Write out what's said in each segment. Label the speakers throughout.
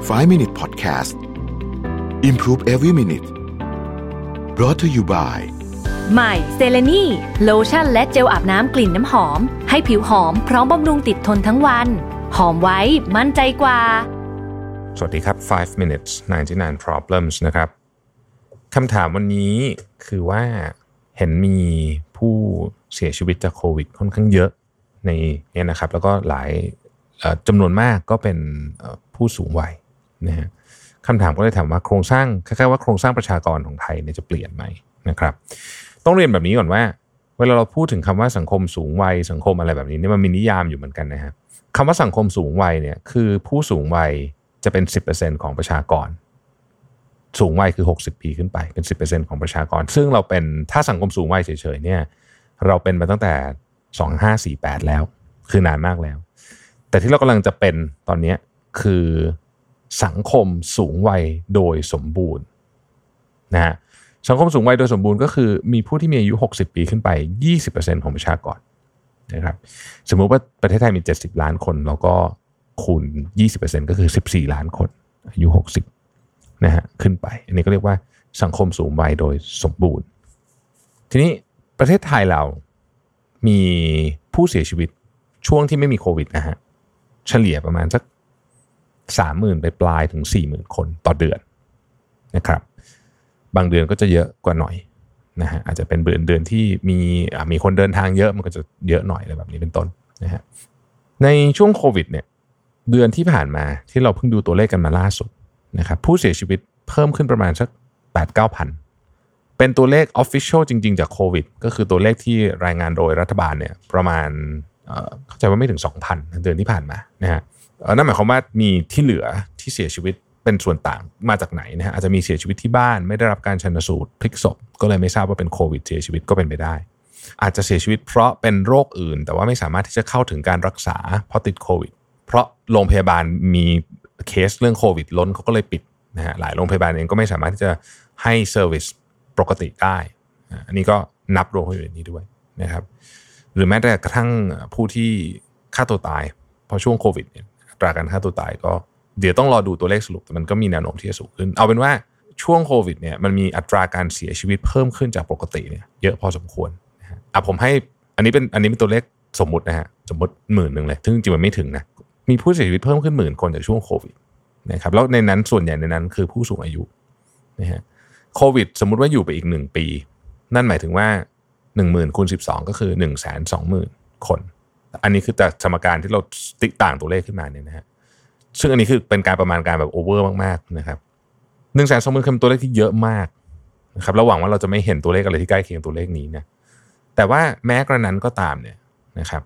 Speaker 1: 5-Minute Podcast Improve Every Minute brought to you by
Speaker 2: ใหม่เซเลนีโลชั่นและเจลอาบน้ำกลิ่นน้ำหอมให้ผิวหอมพร้อมบำรุงติดทนทั้งวันหอมไว้มั่นใจกว่า
Speaker 3: สวัสดีครับ 5 minutes 99 problems นะครับคำถามวันนี้คือว่าเห็นมีผู้เสียชีวิตจากโควิดค่อนข้างเยอะในนี้นะครับแล้วก็หลายจำนวนมากก็เป็นผู้สูงวัยนะฮะคำถามก็เลยถามว่าโครงสร้างคล้ายๆว่าโครงสร้างประชากรของไทยเนี่ยจะเปลี่ยนไหมนะครับต้องเรียนแบบนี้ก่อนว่าเวลาเราพูดถึงคำว่าสังคมสูงวัยสังคมอะไรแบบนี้เนี่ยมันมีนิยามอยู่เหมือนกันนะฮะคำว่าสังคมสูงวัยเนี่ยคือผู้สูงวัยจะเป็น 10% ของประชากรสูงวัยคือ60ปีขึ้นไปเป็น 10% ของประชากรซึ่งเราเป็นถ้าสังคมสูงวัยเฉยๆเนี่ยเราเป็นมาตั้งแต่2548แล้วคือนานมากแล้วแต่ที่เรากำลังจะเป็นตอนนี้คือสังคมสูงวัยโดยสมบูรณ์นะฮะสังคมสูงวัยโดยสมบูรณ์ก็คือมีผู้ที่มีอายุ60ปีขึ้นไป 20% ของประชากรนะครับสมมุติว่าประเทศไทยมี70ล้านคนเราก็คูณ 20% ก็คือ14ล้านคนอายุ60นะฮะขึ้นไปอันนี้ก็เรียกว่าสังคมสูงวัยโดยสมบูรณ์ทีนี้ประเทศไทยเรามีผู้เสียชีวิตช่วงที่ไม่มีโควิดนะฮะเฉลี่ยประมาณสัก 30,000 ไปปลายถึง 40,000 คนต่อเดือนนะครับบางเดือนก็จะเยอะกว่าหน่อยนะฮะอาจจะเป็นเดือนที่มีคนเดินทางเยอะมันก็จะเยอะหน่อยอะไรแบบนี้เป็นต้นนะฮะในช่วงโควิดเนี่ยเดือนที่ผ่านมาที่เราเพิ่งดูตัวเลขกันมาล่าสุดนะครับผู้เสียชีวิตเพิ่มขึ้นประมาณสัก 8-9 พันเป็นตัวเลข official จริงๆจากโควิดก็คือตัวเลขที่รายงานโดยรัฐบาลเนี่ยประมาณเข้าใจว่าไม่ถึง 2,000 เดือนที่ผ่านมานะฮะนั่นหมายความว่ามีที่เหลือที่เสียชีวิตเป็นส่วนต่างมาจากไหนนะฮะอาจจะมีเสียชีวิตที่บ้านไม่ได้รับการชันสูตรพลิกศพก็เลยไม่ทราบว่าเป็นโควิดเสียชีวิตก็เป็นไปได้อาจจะเสียชีวิตเพราะเป็นโรคอื่นแต่ว่าไม่สามารถที่จะเข้าถึงการรักษาเพราะติดโควิดเพราะโรงพยาบาลมีเคสเรื่องโควิดล้นเขาก็เลยปิดนะฮะหลายโรงพยาบาลเองก็ไม่สามารถที่จะให้เซอร์วิสปกติได้อันนี้ก็นับรวมเข้าอยู่ในนี้ด้วยนะครับหรือแม้แต่กระทั่งผู้ที่ฆ่าตัวตายเพราะช่วงโควิดเนี่ยอัตราการฆ่าตัวตายก็เดี๋ยวต้องรอดูตัวเลขสรุปแต่มันก็มีแนวโน้มที่จะสูงขึ้นเอาเป็นว่าช่วงโควิดเนี่ยมันมีอัตราการเสียชีวิตเพิ่มขึ้นจากปกติเนี่ยเยอะพอสมควรนะฮะผมให้อันนี้เป็นตัวเลขสมมุตินะฮะสมมุติ 10,000 เลยซึ่งจริงๆมันไม่ถึงนะมีผู้เสียชีวิตเพิ่มขึ้น 10,000 คนจากช่วงโควิดนะครับแล้วในนั้นส่วนใหญ่ในนั้นคือผู้สูงอายุนะฮะโควิดสมมุติว่าอยู่ไปอีก1ปีนั่นหมายถึงว่า 10,000 คูณ 12ก็คือ 120,000 คนอันนี้คือแต่สมการที่เราติ๊กต่างตัวเลขขึ้นมาเนี่ยนะฮะซึ่งอันนี้คือเป็นการประมาณการแบบโอเวอร์มากๆนะครับ 120,000 คือตัวเลขที่เยอะมากนะครับระหว่างว่าเราจะไม่เห็นตัวเลขอะไรที่ใกล้เคียงตัวเลขนี้นะแต่ว่าแม้กระนั้นก็ตามเนี่ยนะครับ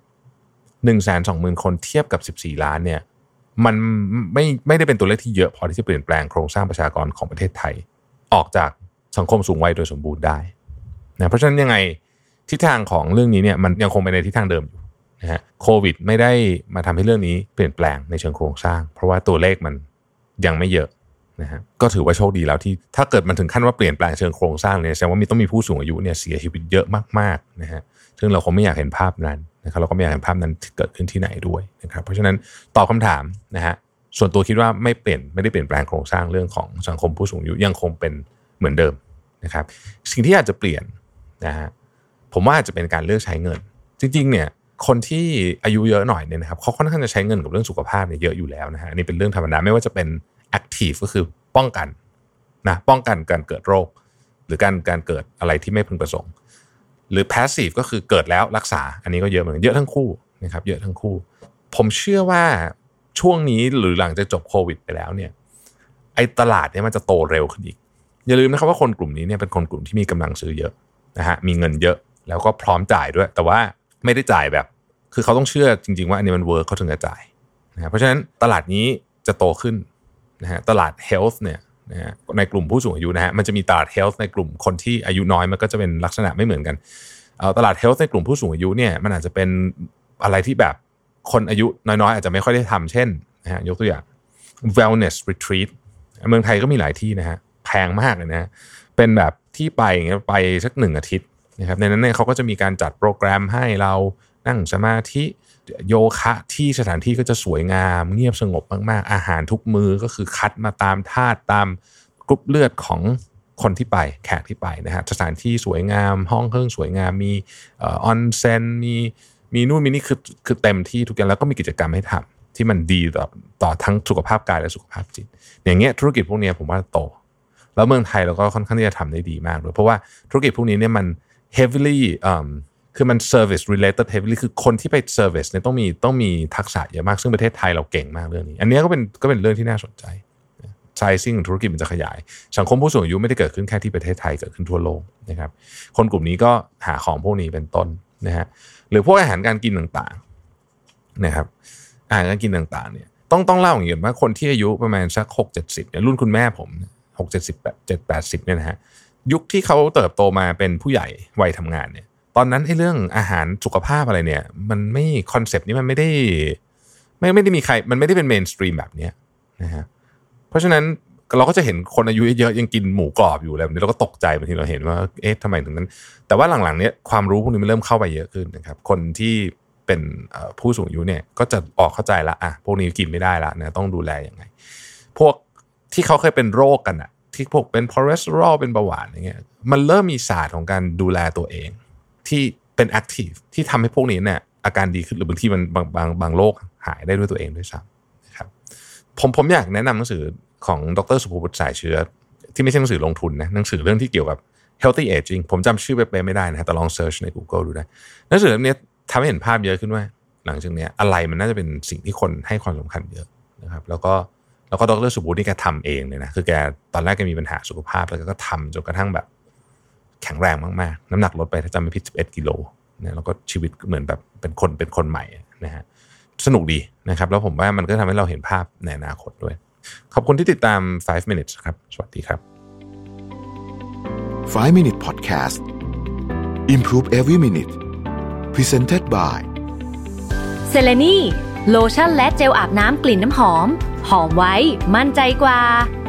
Speaker 3: 120,000 คนเทียบกับ14ล้านเนี่ยมันไม่ได้เป็นตัวเลขที่เยอะพอที่จะเปลี่ยนแปลงโครงสร้างประชากรของประเทศไทยออกจากสังคมสูงวัยโดยสมบูรณ์ได้นะเพราะฉะนั้นยังไงทิศทางของเรื่องนี้เนี่ยมันยังคงไปในทิศทางเดิมอยู่นะฮะโควิดไม่ได้มาทำให้เรื่องนี้เปลี่ยนแปลงในเชิงโครงสร้างเพราะว่าตัวเลขมันยังไม่เยอะนะฮะก็ถือว่าโชคดีแล้วที่ถ้าเกิดมันถึงขั้นว่าเปลี่ยนแปลงเชิงโครงสร้างเนี่ยแสดงว่าต้องมีผู้สูงอายุเนี่ยเสียชีวิตเยอะมากๆนะฮะซึ่งเราคงไม่อยากเห็นภาพนั้นนะครับเราก็ไม่อยากเห็นภาพนั้นเกิดขึ้นที่ไหนด้วยนะครับเพราะฉะนั้นตอบคำถามนะฮะส่วนตัวคิดว่าไม่ได้เปลี่ยนแปลงโครงสร้างเรื่องของสังคมผู้สูงอายุยังคงเป็นเหมือนเดิมนะครับสิ่งที่อาจจะเปลี่ยนนะฮะผมว่าอาจจะเป็นการเลือกใช้เงินจริงๆเนี่ยคนที่อายุเยอะหน่อยเนี่ยนะครับเขาค่อนข้างจะใช้เงินกับเรื่องสุขภาพเนี่ยเยอะอยู่แล้วนะฮะอันนี้เป็นเรื่องธรรมดาไม่ว่าจะเป็น active ก็คือป้องกันการเกิดโรคหรือการเกิดอะไรที่ไม่พึงประสงค์หรือ passive ก็คือเกิดแล้วรักษาอันนี้ก็เยอะเหมือนกันเยอะทั้งคู่นะครับเยอะทั้งคู่ผมเชื่อว่าช่วงนี้หรือหลังจากจบโควิดไปแล้วเนี่ยไอ้ตลาดเนี่ยมันจะโตเร็วขึ้นอีกอย่าลืมนะครับว่าคนกลุ่มนี้เนี่ยเป็นคนกลุ่มที่มีกำลังซื้อเยอะนะฮะมีเงินเยอะแล้วก็พร้อมจ่ายด้วยแต่ว่าไม่ได้จ่ายแบบคือเขาต้องเชื่อจริงๆว่าอันนี้มันเวิร์คเขาถึงจะจ่ายนะเพราะฉะนั้นตลาดนี้จะโตขึ้นนะฮะตลาด health เนี่ยนะฮะในกลุ่มผู้สูงอายุนะฮะมันจะมีตลาด health ในกลุ่มคนที่อายุน้อยมันก็จะเป็นลักษณะไม่เหมือนกันตลาด health ในกลุ่มผู้สูงอายุเนี่ยมันอาจจะเป็นอะไรที่แบบคนอายุน้อยๆอาจจะไม่ค่อยได้ทำเช่นนะฮะยกตัวอย่าง wellness retreat เมืองไทยก็มีหลายที่นะฮะแพงมากเลยนะเป็นแบบที่ไปอย่างเงี้ยไปสัก1 อาทิตย์นะครับในนั้นเนี่ยเขาก็จะมีการจัดโปรแกรมให้เรานั่งสมาธิโยคะที่สถานที่ก็จะสวยงามเงียบสงบมากๆอาหารทุกมื้อก็คือคัดมาตามธาตุตามกรุ๊ปเลือดของคนที่ไปแขกที่ไปนะฮะสถานที่สวยงามห้องเครื่องสวยงามมีออนเซ็นมีนู่นมีนี่คือเต็มที่ทุกอย่างแล้วก็มีกิจกรรมให้ทำที่มันดีต่อทั้งสุขภาพกายและสุขภาพจิตอย่างเงี้ยธุรกิจพวกนี้ผมว่าโตแล้วเมืองไทยเราก็ค่อนข้างที่จะทำได้ดีมากด้วยเพราะว่าธุรกิจพวกนี้เนี่ยมัน heavily คือมัน service related heavily คือคนที่ไป service เนี่ยต้องมีทักษะเยอะมากซึ่งประเทศไทยเราเก่งมากเรื่องนี้อันนี้ก็เป็นเรื่องที่น่าสนใจsizing ของธุรกิจมันจะขยายสังคมผู้สูงอายุไม่ได้เกิดขึ้นแค่ที่ประเทศไทยเกิดขึ้นทั่วโลกนะครับคนกลุ่มนี้ก็หาของพวกนี้เป็นต้นนะฮะหรือพวกอาหารการกินต่างๆนะครับอาหารการกินต่างๆเนี่ยต้องเล่าอย่างนี้ว่าคนที่อายุประมาณสัก 6-70 เนี่ยรุ่นคุณแม่ผม 6-70-80 เนี่ยนะฮะยุคที่เขาเติบโตมาเป็นผู้ใหญ่วัยทำงานเนี่ยตอนนั้นไอ้เรื่องอาหารสุขภาพอะไรเนี่ยมันไม่คอนเซปต์นี้มันไม่ได้มีใครมันไม่ได้เป็นเมนสตรีมแบบนี้นะฮะเพราะฉะนั้นเราก็จะเห็นคนอายุเยอะๆยังกินหมูกรอบอยู่แล้วนี่เราก็ตกใจบางทีเราเห็นว่าเอ๊ะทำไมถึงนั้นแต่ว่าหลังๆเนี้ยความรู้พวกนี้มันเริ่มเข้าไปเยอะขึ้นนะครับคนที่เป็นผู้สูงอายุเนี่ยก็จะออกเข้าใจละพวกนี้กินไม่ได้ละนะต้องดูแลยังไงพวกที่เขาเคยเป็นโรคกันที่พวกเป็นคอเลสเตอรอลเป็นเบาหวานอย่างเงี้ยมันเริ่มมีศาสตร์ของการดูแลตัวเองที่เป็นแอคทีฟที่ทำให้พวกนี้เนี่ยอาการดีขึ้นหรือบางทีมันบางโรคหายได้ด้วยตัวเองด้วยซ้ำนะครับผมอยากแนะนำหนังสือของดร.สุภวุฒิสายเชื้อที่ไม่ใช่หนังสือลงทุนนะหนังสือเรื่องที่เกี่ยวกับ healthy aging ผมจำชื่อไปไม่ได้นะแต่ลองเซิร์ชใน Google ดูได้หนังสือเล่มนี้ทำให้เห็นภาพเยอะขึ้นว่าหลังจากนี้อะไรมันน่าจะเป็นสิ่งที่คนให้ความสำคัญเยอะนะครับแล้วก็ดร.สุภวุฒินี่แกทำเองเลยนะคือแกตอนแรกแกมีปัญหาสุขภาพแล้วก็ทำจนกระทั่งแบบแข็งแรงมากๆน้ำหนักลดไปถ้าจำไม่ผิด11 กิโลนะแล้วก็ชีวิตเหมือนแบบเป็นคนใหม่นะฮะสนุกดีนะครับแล้วผมว่ามันก็ทำให้เราเห็นภาพในอนาคตด้วยขอบคุณที่ติดตาม 5 minutes ครับสวัสดีครับ
Speaker 1: 5 minute podcast improve every minute presented by
Speaker 2: เซเลนีโลชั่นและเจลอาบน้ำกลิ่นน้ำหอมหอมไว้มั่นใจกว่า